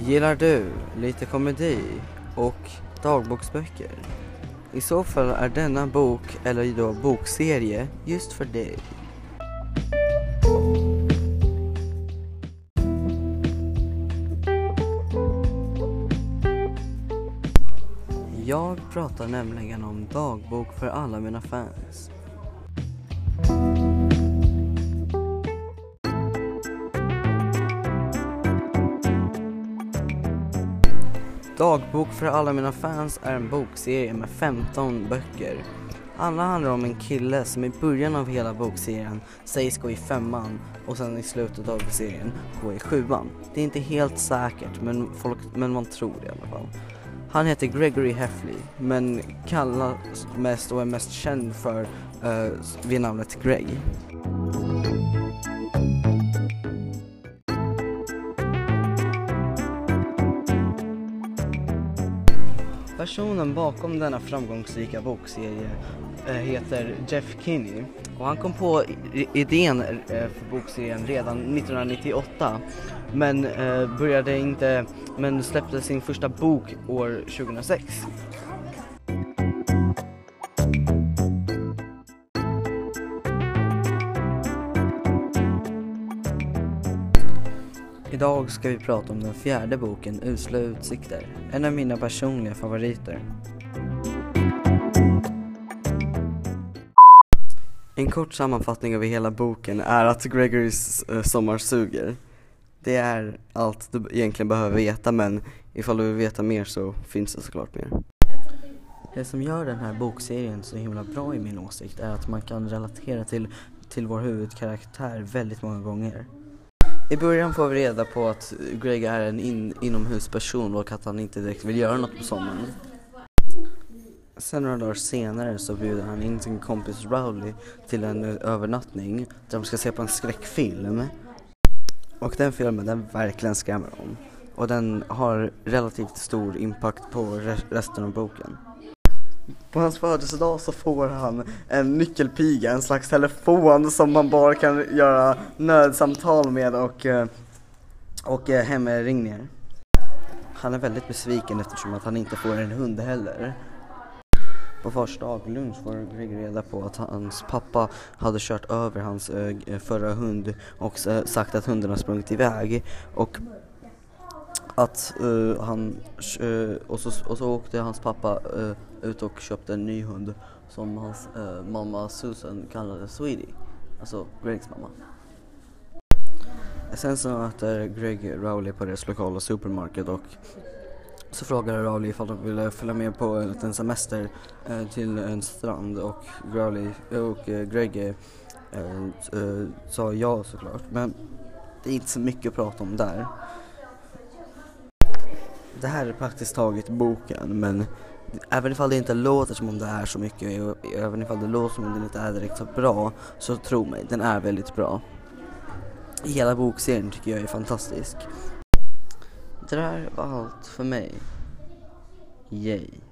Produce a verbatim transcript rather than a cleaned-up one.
Gillar du lite komedi och dagboksböcker? I så fall är denna bok eller då bokserie just för dig. Jag pratar nämligen om dagbok för alla mina fans. Dagbok för alla mina fans är en bokserie med femton böcker. Alla handlar om en kille som i början av hela bokserien sägs gå i femman och sen i slutet av serien gå i sjuan. Det är inte helt säkert, men, folk, men man tror det i alla fall. Han heter Gregory Heffley, men kallas mest och är mest känd för uh, vid namnet Greg. Personen bakom denna framgångsrika bokserie eh, heter Jeff Kinney och han kom på i- idén eh, för bokserien redan nittonhundranittioåtta men eh, började inte men släppte sin första bok år tjugohundrasex. Idag ska vi prata om den fjärde boken, Usla utsikter, en av mina personliga favoriter. En kort sammanfattning av hela boken är att Gregorys uh, sommar suger. Det är allt du egentligen behöver veta, men ifall du vill veta mer så finns det såklart mer. Det som gör den här bokserien så himla bra i min åsikt är att man kan relatera till, till vår huvudkaraktär väldigt många gånger. I början får vi reda på att Greg är en in, inomhusperson och att han inte direkt vill göra något på sommaren. Sen några dagar senare så bjuder han in sin kompis Rowley till en övernattning där de ska se på en skräckfilm. Och den filmen, den verkligen skrämmer dem. Och den har relativt stor impact på re- resten av boken. På hans födelsedag så får han en nyckelpiga, en slags telefon som man bara kan göra nödsamtal med och, och hemringningar. Han är väldigt besviken eftersom att han inte får en hund heller. På första dag lunch får Greg reda på att hans pappa hade kört över hans förra hund och sagt att hunden har sprungit iväg. Och att uh, han uh, och, så, och så åkte hans pappa uh, ut och köpte en ny hund som hans uh, mamma Susan kallade Sweetie, alltså Gregs mamma. Sen så möter Greg Rowley på deras lokala supermarket och så frågar Rowley ifall de ville följa med på en semester uh, till en strand och Rowley och uh, Greg uh, uh, sa ja såklart, men det är inte så mycket att prata om där. Det här är praktiskt taget boken, men även ifall det inte låter som om det är så mycket, och även ifall det låter som om det inte är direkt så bra, så tro mig, den är väldigt bra. Hela bokserien tycker jag är fantastisk. Det där var allt för mig. Yay.